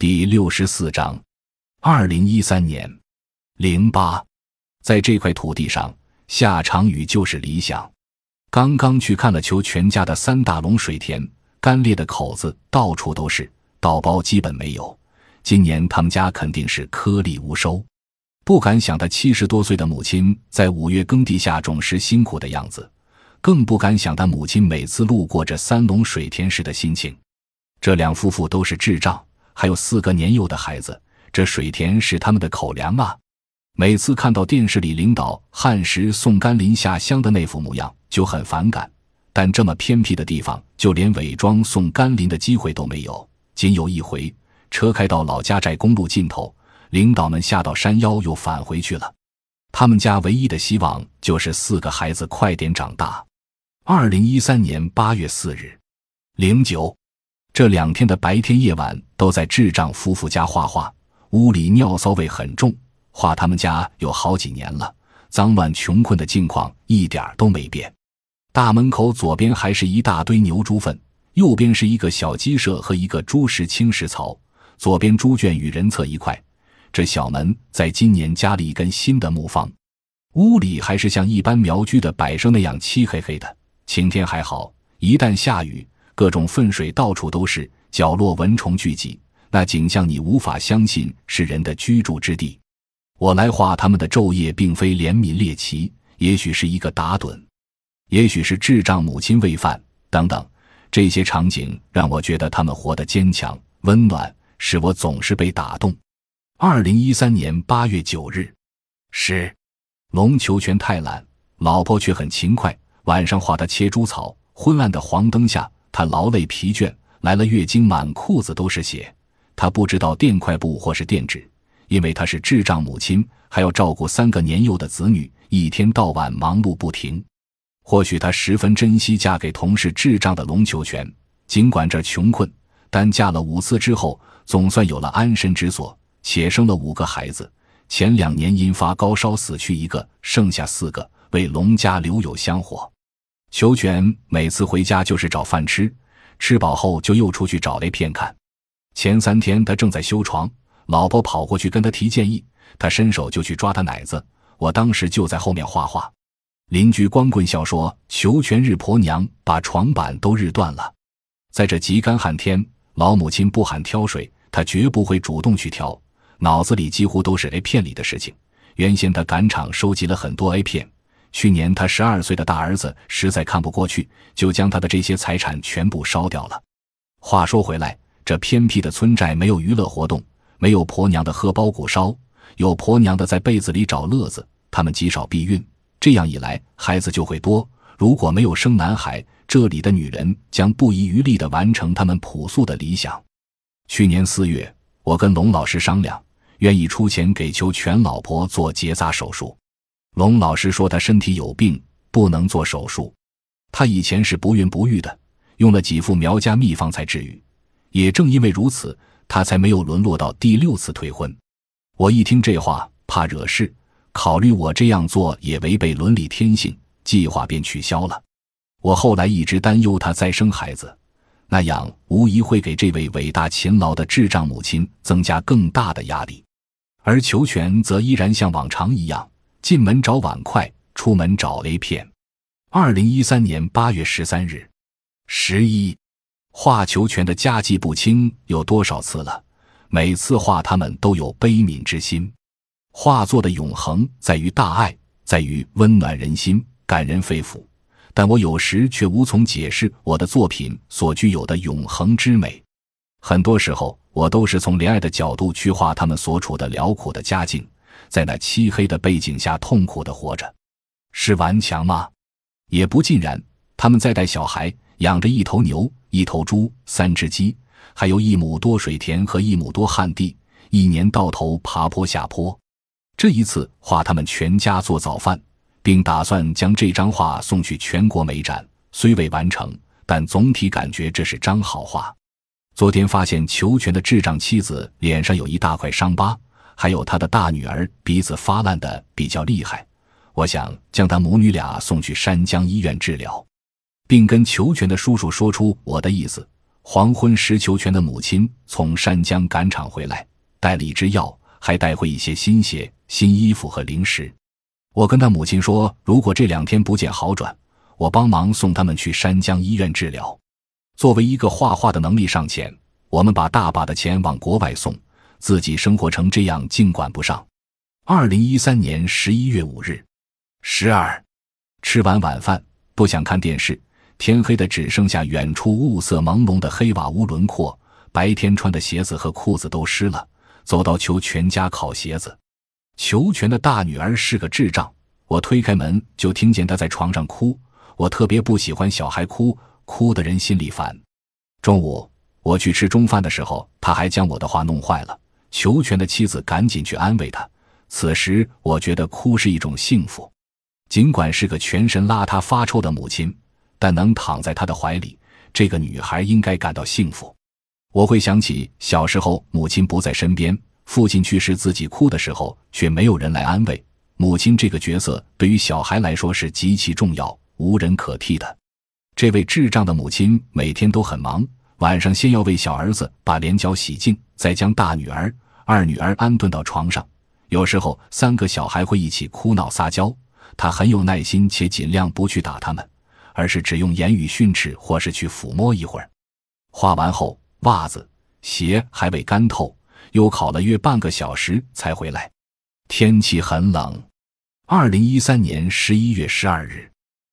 第64章2013年08，在这块土地上下场雨就是理想。刚刚去看了裘全家的3大垄水田，干裂的口子到处都是，稻包基本没有。今年他们家肯定是颗粒无收。不敢想他70多岁的母亲在5月耕地下种时辛苦的样子，更不敢想他母亲每次路过这3垄水田时的心情。这两夫妇都是智障，还有4个年幼的孩子，这水田是他们的口粮啊。每次看到电视里领导汉时送甘霖下乡的那副模样就很反感，但这么偏僻的地方就连伪装送甘霖的机会都没有。仅有一回，车开到老家寨公路尽头，领导们下到山腰又返回去了。他们家唯一的希望就是4个孩子快点长大。2013年8月4日09，这2天的白天夜晚都在智障夫妇家画画，屋里尿骚味很重，画他们家有好几年了，脏乱穷困的境况一点都没变。大门口左边还是一大堆牛猪粪，右边是一个小鸡舍和一个猪食青石槽，左边猪圈与人侧一块。这小门在今年加了一根新的木方。屋里还是像一般苗居的摆设那样漆黑黑的，晴天还好，一旦下雨，各种粪水到处都是，角落蚊虫聚集，那景象你无法相信是人的居住之地。我来画他们的昼夜并非怜悯猎奇，也许是一个打盹，也许是智障母亲喂饭等等，这些场景让我觉得他们活得坚强温暖，使我总是被打动。2013年8月9日是龙裘全太懒，老婆却很勤快，晚上画他切猪草，昏暗的黄灯下他劳累疲倦，来了月经满裤子都是血。他不知道垫块布或是垫纸，因为他是智障母亲，还要照顾3个年幼的子女，一天到晚忙碌不停。或许他十分珍惜嫁给同是智障的龙裘全，尽管这穷困，但嫁了5次之后总算有了安身之所，且生了5个孩子，前2年因发高烧死去1个，剩下4个，为龙家留有香火。裘全每次回家就是找饭吃，吃饱后就又出去找雷片看。前3天他正在修床，老婆跑过去跟他提建议，他伸手就去抓他奶子，我当时就在后面画画。邻居光棍笑说，裘全日婆娘把床板都日断了。在这极干旱天，老母亲不喊挑水，他绝不会主动去挑，脑子里几乎都是 A 片里的事情。原先他赶场收集了很多 A 片，去年他12岁的大儿子实在看不过去，就将他的这些财产全部烧掉了。话说回来，这偏僻的村寨没有娱乐活动，没有婆娘的喝包谷烧，有婆娘的在被子里找乐子，他们极少避孕，这样一来孩子就会多。如果没有生男孩，这里的女人将不遗余力地完成他们朴素的理想。去年4月，我跟龙老师商量，愿意出钱给裘全老婆做结扎手术。龙老师说他身体有病，不能做手术。他以前是不孕不育的，用了几副苗家秘方才治愈。也正因为如此，他才没有沦落到第6次退婚。我一听这话，怕惹事，考虑我这样做也违背伦理天性，计划便取消了。我后来一直担忧他再生孩子，那样无疑会给这位伟大勤劳的智障母亲增加更大的压力。而裘全则依然像往常一样，进门找碗筷，出门找 A 片。2013年8月13日11，画裘全的家计不清有多少次了，每次画他们都有悲悯之心。画作的永恒在于大爱，在于温暖人心，感人肺腑，但我有时却无从解释我的作品所具有的永恒之美。很多时候我都是从怜爱的角度去画他们所处的辽苦的家境，在那漆黑的背景下痛苦地活着。是顽强吗？也不尽然，他们在带小孩，养着1头牛、1头猪、3只鸡，还有1亩多水田和1亩多旱地，一年到头爬坡下坡。这一次画他们全家做早饭，并打算将这张画送去全国美展，虽未完成，但总体感觉这是张好画。昨天发现裘全的智障妻子脸上有一大块伤疤，还有他的大女儿鼻子发烂的比较厉害，我想将他母女俩送去山江医院治疗，并跟裘全的叔叔说出我的意思， 黄昏时，裘全的母亲从山江赶场回来，带了一支药，还带回一些新鞋、新衣服和零食。我跟他母亲说，如果这2天不见好转，我帮忙送他们去山江医院治疗。作为一个画画的能力尚浅，我们把大把的钱往国外送，自己生活成这样竟管不上。2013年11月5日12，吃完晚饭，不想看电视，天黑的只剩下远处雾色朦胧的黑瓦屋轮廓，白天穿的鞋子和裤子都湿了，走到裘全家烤鞋子。裘全的大女儿是个智障，我推开门就听见她在床上哭，我特别不喜欢小孩哭，哭的人心里烦。中午我去吃中饭的时候，她还将我的话弄坏了，裘全的妻子赶紧去安慰她。此时我觉得哭是一种幸福，尽管是个全身邋遢发臭的母亲，但能躺在她的怀里，这个女孩应该感到幸福。我会想起小时候母亲不在身边，父亲去世自己哭的时候却没有人来安慰，母亲这个角色对于小孩来说是极其重要，无人可替的。这位智障的母亲每天都很忙，晚上先要为小儿子把脸颊洗净，再将大女儿、二女儿安顿到床上。有时候3个小孩会一起哭闹撒娇，他很有耐心，且尽量不去打他们，而是只用言语训斥或是去抚摸一会儿。画完后，袜子、鞋还未干透，又烤了约半个小时才回来。天气很冷。2013年11月12日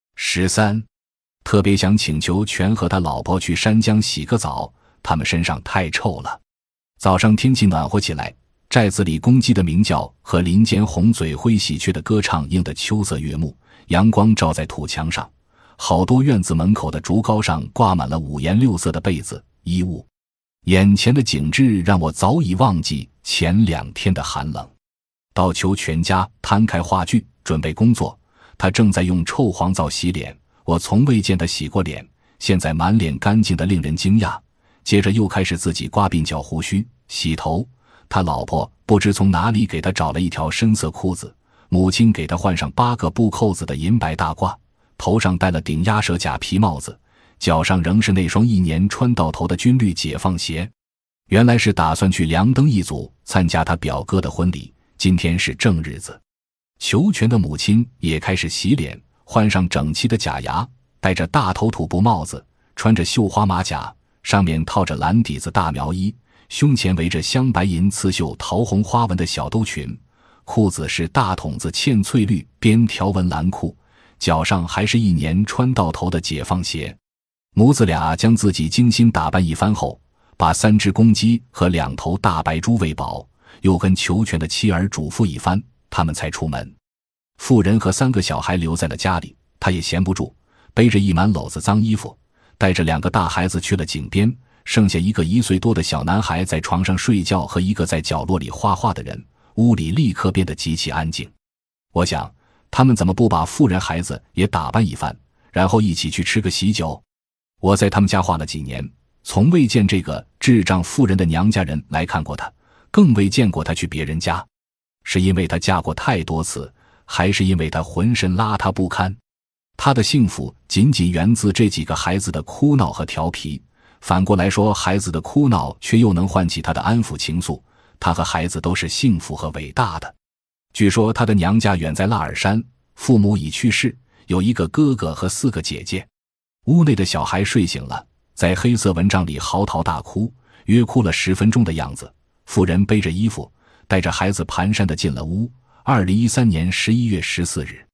13，特别想请求全和他老婆去山江洗个澡，他们身上太臭了。早上天气暖和起来，寨子里公鸡的鸣叫和林间红嘴灰喜鹊的歌唱映得秋色悦目，阳光照在土墙上，好多院子门口的竹篙上挂满了5颜6色的被子、衣物。眼前的景致让我早已忘记前2天的寒冷。到裘全家摊开话剧，准备工作，他正在用臭黄皂洗脸，我从未见他洗过脸，现在满脸干净的令人惊讶。接着又开始自己刮鬓角胡须、洗头。他老婆不知从哪里给他找了一条深色裤子，母亲给他换上8个布扣子的银白大褂，头上戴了顶鸭舌甲皮帽子，脚上仍是那双1年穿到头的军绿解放鞋。原来是打算去梁登一族参加他表哥的婚礼，今天是正日子。裘全的母亲也开始洗脸，换上整齐的假牙，戴着大头土布帽子，穿着绣花马甲，上面套着蓝底子大苗衣，胸前围着镶白银刺绣桃红花纹的小兜裙，裤子是大筒子嵌翠绿边条纹蓝裤，脚上还是1年穿到头的解放鞋。母子俩将自己精心打扮一番后，把3只公鸡和2头大白猪喂饱，又跟裘全的妻儿嘱咐一番，他们才出门。妇人和3个小孩留在了家里，他也闲不住，背着一满篓子脏衣服，带着2个大孩子去了井边，剩下一个1岁多的小男孩在床上睡觉和一个在角落里画画的人，屋里立刻变得极其安静。我想，他们怎么不把妇人孩子也打扮一番，然后一起去吃个喜酒？我在他们家画了几年，从未见这个智障妇人的娘家人来看过她，更未见过她去别人家。是因为她嫁过太多次，还是因为她浑身邋遢不堪？她的幸福仅仅源自这几个孩子的哭闹和调皮，反过来说，孩子的哭闹却又能唤起她的安抚情愫，她和孩子都是幸福和伟大的。据说她的娘家远在腊尔山，父母已去世，有一个哥哥和4个姐姐。屋内的小孩睡醒了，在黑色蚊帐里嚎啕大哭，约哭了10分钟的样子。妇人背着衣服，带着孩子蹒跚地进了屋。2013年11月14日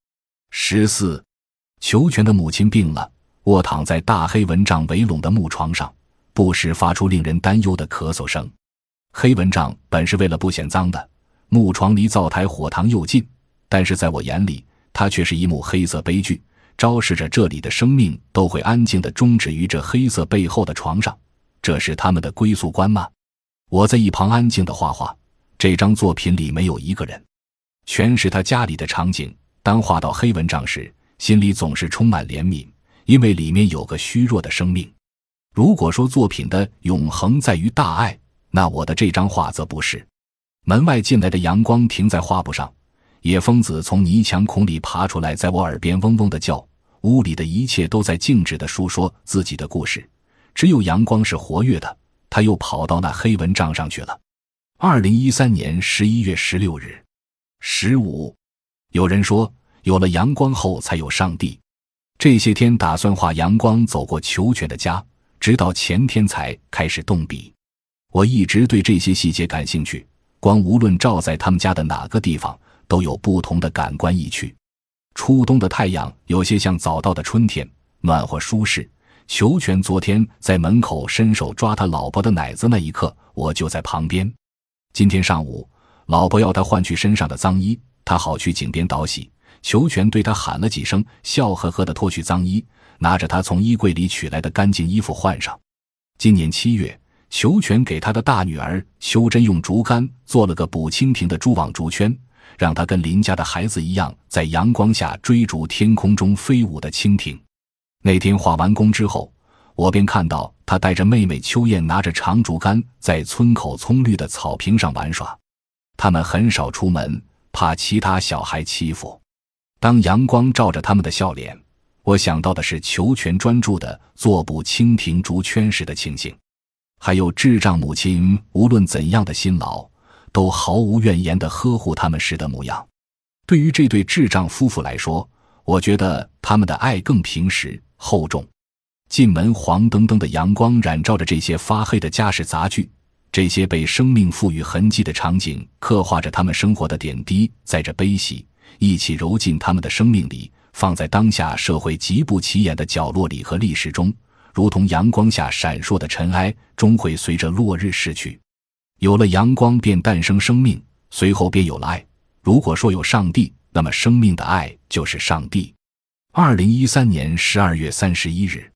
14，裘全的母亲病了，卧躺在大黑蚊帐围拢的木床上，不时发出令人担忧的咳嗽声。黑蚊帐本是为了不显脏的，木床离灶台火塘又近，但是在我眼里，它却是一幕黑色悲剧，昭示着这里的生命都会安静地终止于这黑色背后的床上。这是他们的归宿关吗？我在一旁安静地画画，这张作品里没有一个人，全是他家里的场景。当画到黑蚊帐时，心里总是充满怜悯，因为里面有个虚弱的生命。如果说作品的永恒在于大爱，那我的这张画则不是。门外进来的阳光停在画布上，野蜂子从泥墙孔里爬出来，在我耳边嗡嗡地叫。屋里的一切都在静止地述说自己的故事， 只有阳光是活跃的，他又跑到那黑蚊帐上去了。2013年11月16日15，有人说，有了阳光后才有上帝。这些天打算画阳光走过球权的家，直到前天才开始动笔。我一直对这些细节感兴趣，光无论照在他们家的哪个地方，都有不同的感官意趣。初冬的太阳有些像早到的春天，暖和舒适。球权昨天在门口伸手抓他老婆的奶子那一刻，我就在旁边。今天上午，老婆要他换去身上的脏衣，他好去井边倒洗。球权对他喊了几声，笑呵呵地脱去脏衣，拿着他从衣柜里取来的干净衣服换上。今年7月，球权给他的大女儿秋珍用竹竿做了个捕蜻蜓的蛛网竹圈，让他跟邻家的孩子一样，在阳光下追逐天空中飞舞的蜻蜓。那天画完工之后，我便看到他带着妹妹秋燕拿着长竹竿在村口葱绿的草坪上玩耍。他们很少出门，怕其他小孩欺负。当阳光照着他们的笑脸，我想到的是球权专注地做捕蜻蜓竹圈时的情形，还有智障母亲无论怎样的辛劳，都毫无怨言地呵护他们时的模样。对于这对智障夫妇来说，我觉得他们的爱更平实厚重。进门黄澄澄的阳光染照着这些发黑的家事杂具，这些被生命赋予痕迹的场景刻画着他们生活的点滴，在这悲喜一起揉进他们的生命里，放在当下社会极不起眼的角落里和历史中，如同阳光下闪烁的尘埃，终会随着落日逝去。有了阳光便诞生生命，随后便有了爱。如果说有上帝，那么生命的爱就是上帝。2013年12月31日。